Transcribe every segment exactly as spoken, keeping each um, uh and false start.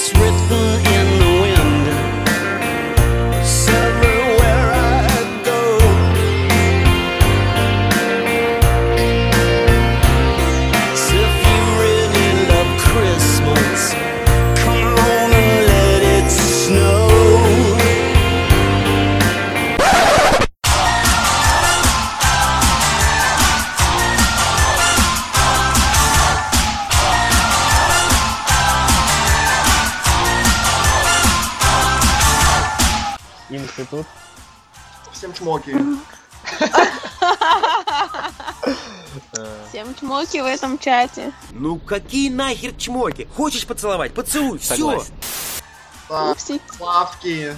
It's written in the wind. It's everywhere I go. So if you really love Christmas, come on and let it snow. Институт. Всем чмоки. Всем чмоки в этом чате. Ну какие нахер чмоки? Хочешь поцеловать? Поцелуй, все. Согласен. Пупсик. Славки.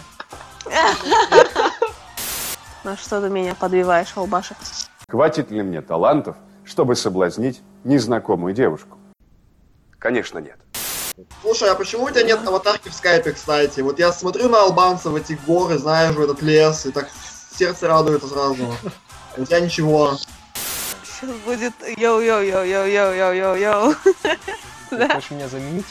На что ты меня подбиваешь, Албаша? Хватит ли мне талантов, чтобы соблазнить незнакомую девушку? Конечно, нет. Слушай, а почему у тебя нет аватарки в скайпе, кстати? Вот я смотрю на албанцев, в эти горы, знаешь, в этот лес, и так сердце радуется сразу. У тебя ничего. Сейчас будет йоу-йоу-йоу-йоу-йоу-йоу-йоу. Ты хочешь меня заменить?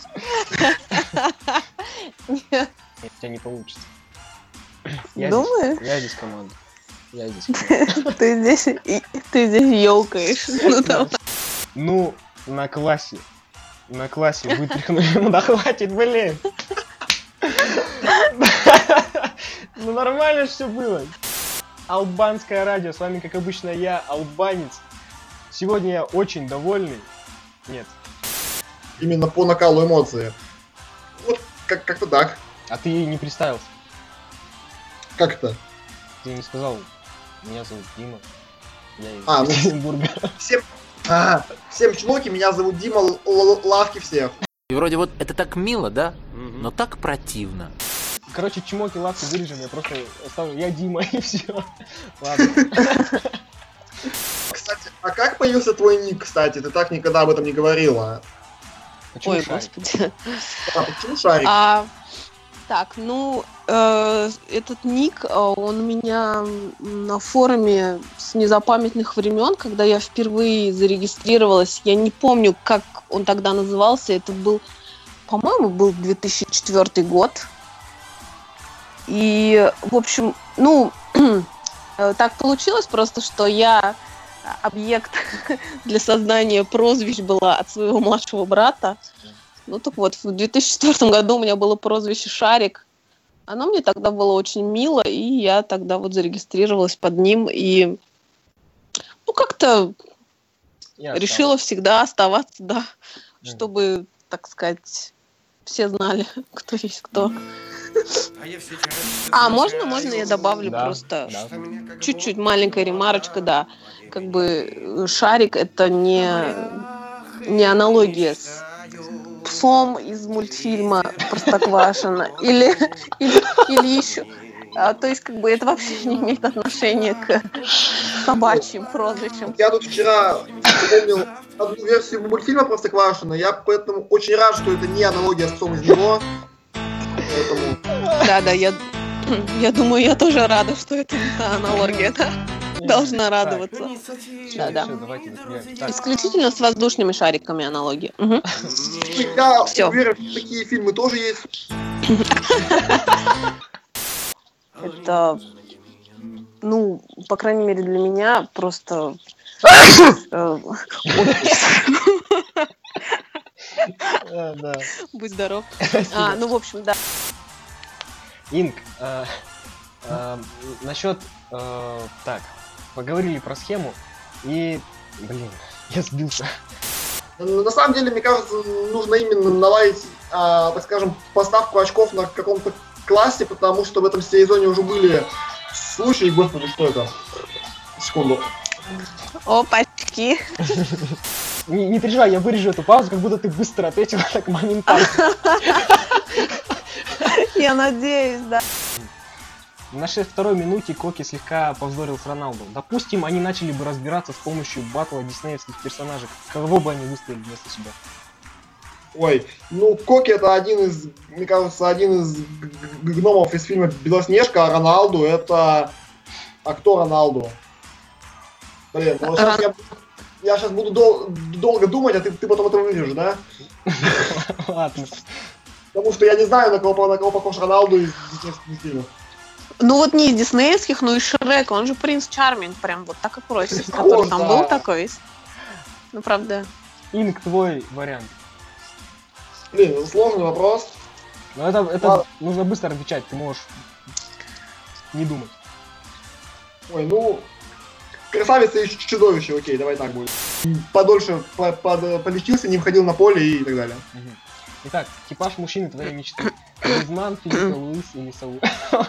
Нет. У тебя не получится. Я Думаешь? Здесь, я здесь команда. Я здесь команда. Ты здесь, и- ты здесь ёлкаешь. Ну там. Ну, на классе. На классе вытряхнули ему, да хватит, блин. Ну нормально все было. Албанское радио, с вами как обычно я, албанец. Сегодня я очень довольный. Нет. Именно по накалу эмоций. Вот как- как-то так. А ты не представился. Как это? Ты не сказал, меня зовут Дима. Я из А, ну- Екатеринбурга. Всем... А, всем чмоки, меня зовут Дима, Л- Л- Лавки всех. И вроде вот это так мило, да? Но так противно. Короче, чмоки, лапки вырежем, я просто оставлю. Я Дима и все. Ладно. Кстати, а как появился твой ник, кстати? Ты так никогда об этом не говорила. Почему Ой, шарик? господи. А почему шарик? А, так, ну, э, этот ник, э, он у меня на форуме с незапамятных времен, когда я впервые зарегистрировалась. Я не помню, как он тогда назывался. Это был, по-моему, был две тысячи четвёртый год. И, в общем, ну, э, так получилось просто, что я объект для создания прозвищ была от своего младшего брата. Ну так вот, в две тысячи четвёртом году у меня было прозвище Шарик. Оно мне тогда было очень мило, и я тогда вот зарегистрировалась под ним. И, ну, как-то Я решила остался. всегда оставаться, да, Мгм. чтобы, так сказать, все знали, кто есть кто. А, можно, можно я добавлю Да, просто да. чуть-чуть маленькая ремарочка, да. Как бы э, Шарик это не, не аналогия с псом из мультфильма Простоквашино или, или, или еще. А, то есть, как бы это вообще не имеет отношения к собачьим прозвищам. Я тут вчера вспомнил одну версию мультфильма Простоквашино, я поэтому очень рад, что это не аналогия с псом из него. Поэтому... Да, да, я, я думаю, я тоже рада, что это не та аналогия, да? Должна радоваться. Да, да. Всё, давайте закрываем. Так, Исключительно с воздушными шариками аналогия. Мгм. Я Всё. уверен, что такие фильмы тоже есть. Это, ну, по крайней мере, для меня просто... э, э, да. Будь здоров. А, ну, в общем, да. Инг, э, э, насчет, э, так, поговорили про схему и, блин, я сбился. На самом деле, мне кажется, нужно именно наладить, а, так скажем, поставку очков на каком-то классе, потому что в этом сезоне уже были случаи, господи, что это? Секунду. Опачки. Не, не переживай, я вырежу эту паузу, как будто ты быстро ответила так моментально. Я надеюсь, да. На шестьдесят второй минуте Коки слегка повздорил с Роналду. Допустим, они начали бы разбираться с помощью батла диснеевских персонажей. Кого бы они выставили вместо себя? Ой, ну Коки это один из, мне кажется, один из г- г- гномов из фильма Белоснежка, а Роналду это... А кто Роналду? Блин, ну сейчас я, я сейчас буду дол- долго думать, а ты, ты потом это вырежешь, да? Ладно. Потому что я не знаю, на кого, на кого похож Роналду из диснеевских фильмов. Ну вот не из диснеевских, но и Шрека. Он же принц Чарминг, прям вот так и просит. Который там был такой весь. Ну, правда. Инг, твой вариант. Блин, ну, сложный вопрос. Но это, это Ладно. нужно быстро отвечать, ты можешь не думать. Ой, ну... Красавица и чудовище, окей, давай так будет. Подольше по- под- полечился, не входил на поле и так далее. Мгм. Итак, типаж мужчины твоей мечты. Гризман, Филиппо, Луис или Саул?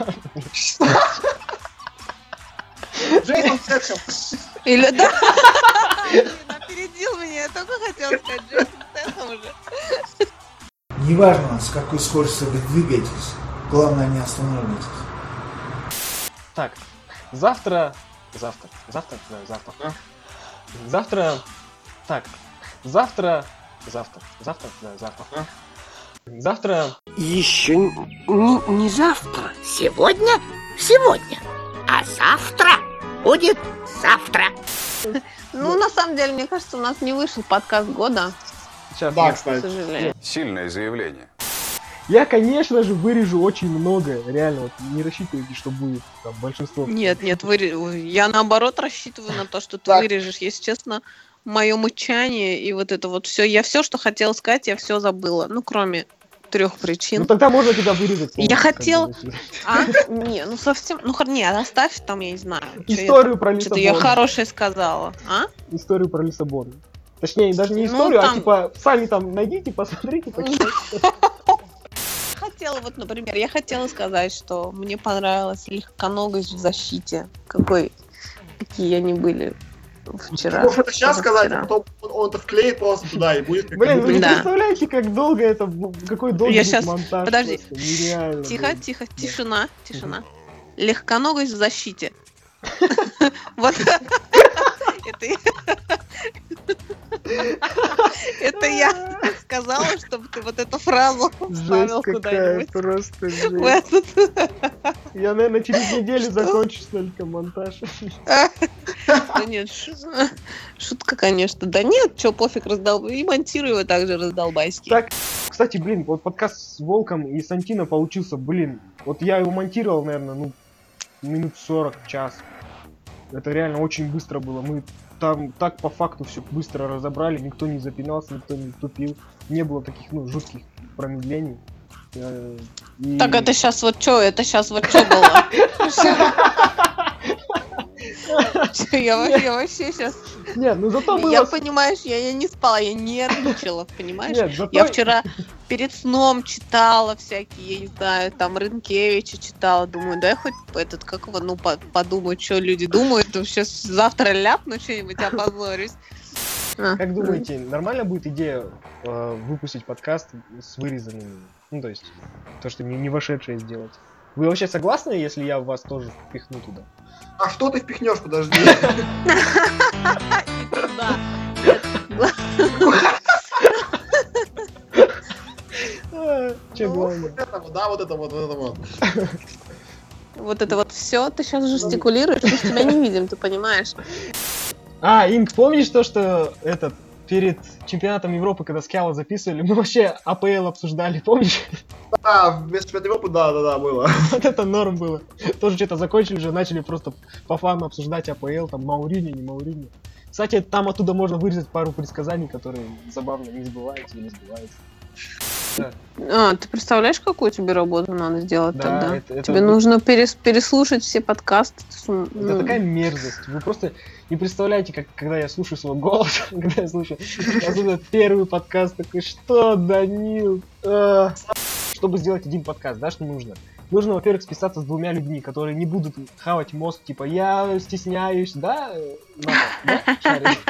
Джейсон Стэтхэм. Или да? Блин, опередил меня, я только хотела сказать Джейсон Стэтхэм уже. Неважно, с какой скоростью вы двигаетесь, главное не останавливайтесь. Так, завтра... Завтра? Завтра? Да, завтра. А? Завтра... Так, завтра... Завтра. Завтра? Да, завтра. А? Завтра... Еще не, не завтра. Сегодня? Сегодня. А завтра будет завтра. Ну, на самом деле, мне кажется, у нас не вышел подкаст года, Сейчас Да, я- к кстати. сожалению. Сильное заявление. Я, конечно же, вырежу очень много. Реально, вот не рассчитывайте, что будет там большинство. Нет, нет, выре- я наоборот рассчитываю на то, что ты Так. вырежешь. Если честно, мое мычание и вот это вот все. Я все, что хотела сказать, я все забыла. Ну, кроме трех Ну причин. тогда можно тебя вырезать. Я полностью, хотела- как бы, вообще. А? Не, ну совсем. Ну, хор- нет, оставь там, я не знаю. Историю про Что-то я Лиссабон. хорошее сказала. А? Историю про Лиссабон. Точнее, даже не Ну, историю, а там- типа сами там найдите, посмотрите, почитайте. Хотела, вот, например, я хотела сказать, что мне понравилась легконогость в защите. Какой, какие они были вчера. Ты можешь это сейчас сказать, позавчера. а потом он, он это вклеит просто туда и будет как Блин, вы не Да. представляете, как долго это, бу- какой долгий Я будет щас- монтаж. подожди. просто, нереально. Тихо, блин. тихо, тишина, тишина. Легконогость в защите. Вот. Это я- Это я сказала, чтобы ты вот эту фразу вставил Жесть какая, куда-нибудь. просто В жесть. этот. Я, наверное, через неделю закончу столько монтаж. Да нет, шу- шутка, конечно. Да нет, чё, пофиг, раздол... И монтирую его также раздолбайский. Так, кстати, блин, вот подкаст с Волком и Сантино получился, блин. Вот я его монтировал, наверное, ну, минут сорок, час. Это реально очень быстро было. Мы там так по факту все быстро разобрали, никто не запинался, никто не тупил. Не было таких, ну, жутких промедлений. Э, и- Так, это сейчас вот чё, это сейчас вот чё было? Чё, Я вообще, вообще сейчас... Нет, ну зато было... Я, понимаешь, я, я не спала, я нервничала, понимаешь? Нет, зато... Я вчера перед сном читала всякие, я не знаю, там Рынкевича читала, думаю, да я хоть этот, как его, ну, по- подумаю, что люди думают, вообще завтра ляпну что-нибудь, опозорюсь. А, Как думаете, нормально будет идея э, выпустить подкаст с вырезанными? Ну, то есть, то, что не, не вошедшее сделать. Вы вообще согласны, если я вас тоже впихну туда? А что ты впихнешь, подожди? и туда. А, Че Ну, главное? вот это вот, да, вот это вот, вот это вот. Вот это вот все, ты сейчас жестикулируешь, мы ж тебя не видим, ты понимаешь? А, Инг, помнишь то, что этот перед чемпионатом Европы, когда Скиала записывали, мы вообще АПЛ обсуждали, помнишь? Да, в чемпионате Европы, да, да, да, было. Вот это норм было. Тоже что-то закончили уже, начали просто по фану обсуждать АПЛ, там Мауриньо, не Мауриньо. Кстати, там оттуда можно вырезать пару предсказаний, которые забавно не сбываются или сбываются. А, ты представляешь, какую тебе работу надо сделать Да, тогда? это- это Тебе вот- нужно перес- переслушать все подкасты. с ум- Это ну, такая мерзость. Вы просто не представляете, как когда я слушаю свой голос, когда я слушаю особенно первый подкаст, такой, что, Данил? А». Чтобы сделать один подкаст, да, что нужно? Нужно, во-первых, списаться с двумя людьми, которые не будут хавать мозг, типа, я стесняюсь, да? Надо, да? Шарик?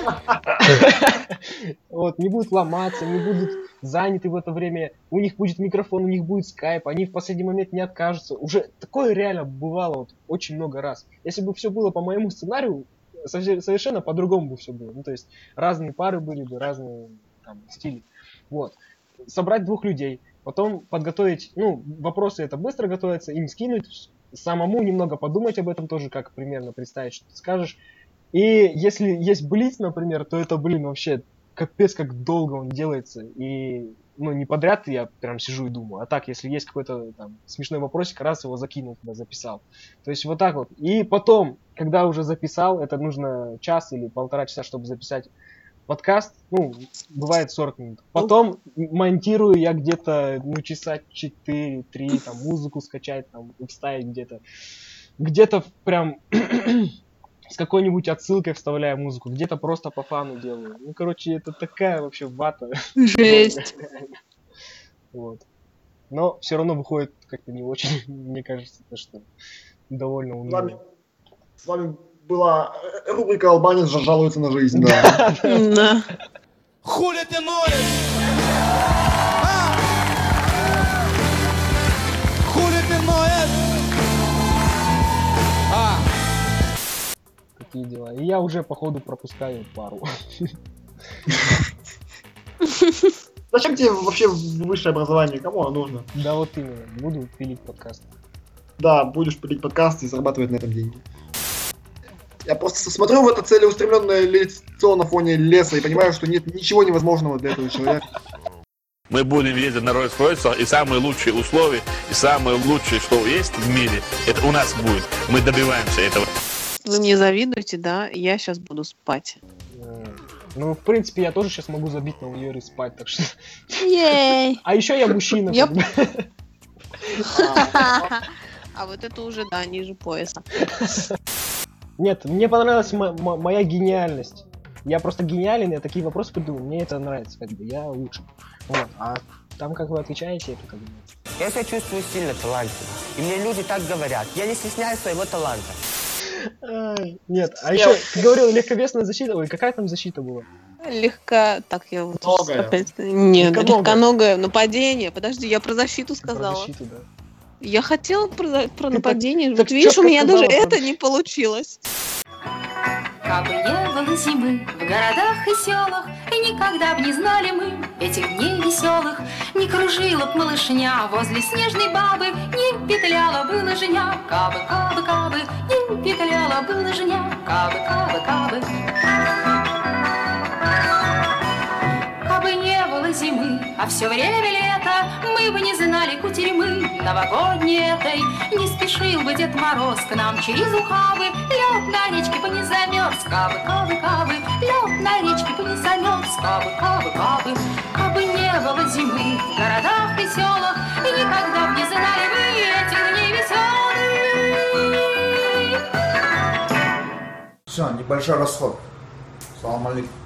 Вот, не будут ломаться, не будут заняты в это время, у них будет микрофон, у них будет скайп, они в последний момент не откажутся. Уже такое реально бывало вот очень много раз. Если бы все было по моему сценарию, совсе- совершенно по-другому бы все было. Ну, то есть разные пары были бы, разные там, стили. Вот. Собрать двух людей, потом подготовить, ну, вопросы это быстро готовятся, им скинуть, самому немного подумать об этом тоже, как примерно представить, что ты скажешь. И если есть блиц, например, то это, блин, вообще капец как долго он делается. И ну, не подряд я прям сижу и думаю, а так, если есть какой-то там смешной вопросик, раз его закинул туда, записал. То есть вот так вот. И потом, когда уже записал, это нужно час или полтора часа, чтобы записать подкаст, ну, бывает сорок минут. Потом монтирую я где-то, ну, часа четыре-три, там, музыку скачать, там, вставить где-то. Где-то прям с какой-нибудь отсылкой вставляю музыку, где-то просто по фану делаю. Ну, короче, это такая вообще вата. Жесть. Вот. Но все равно выходит как-то не очень, мне кажется, то, что довольно С вами, уныло. с вами была рубрика «Албанец жалуется на жизнь». Да. Да. Хули ты ноешь? А? Хули ты ноешь? А? Такие дела. И я уже, походу, пропускаю пару. Зачем тебе вообще высшее образование? Кому оно нужно? Да вот именно. Буду пилить подкаст. Да, будешь пилить подкаст и зарабатывать на этом деньги. Я просто смотрю в это целеустремленное лицо на фоне леса и понимаю, что нет ничего невозможного для этого человека. Мы будем ездить на Роллс-Ройсах, и самые лучшие условия, и самые лучшие, что есть в мире, это у нас будет. Мы добиваемся этого. Вы мне завидуете, да? Я сейчас буду спать. Ну, в принципе, я тоже сейчас могу забить на универ и спать, так что... Ей! А еще я мужчина. Я- как бы. А вот это уже, да, ниже пояса. Нет, мне понравилась мо- мо- моя гениальность. Я просто гениален, я такие вопросы придумал, мне это нравится, как бы, я лучше. Вот. А там, как вы отвечаете, это как бы... Я себя чувствую сильно талантливым. И мне люди так говорят. Я не стесняюсь своего таланта. Ай, нет, а еще ты говорил легковесная защита, ой, какая там защита была? Легко... Так, я вот... Легконогая. опять- Нет, Легконогая. легконогое нападение. Подожди, я про защиту Про сказала. защиту, да. Я хотела про, за- про Ты нападение. так- Вот так видишь, у чётко меня даже сказала про это не получилось. Кабы не было зимы в городах и селах, и никогда б не знали мы этих дней веселых, не кружила б малышня возле снежной бабы, не петляла бы лыжня, кабы, кабы, кабы, не петляла бы лыжня, кабы, кабы, кабы. Кабы не было зимы, а все время лето, мы бы не знали кутерьмы новогодней этой. Не спешил бы Дед Мороз к нам через ухабы, лед на речке бы не замерз, кабы, кабы, кабы, лед на речке бы не замерз, кабы, кабы, кабы. Кабы не было зимы в городах и селах, и никогда б не знали мы этих дней веселых. Все, небольшой расход. Салам алейкум.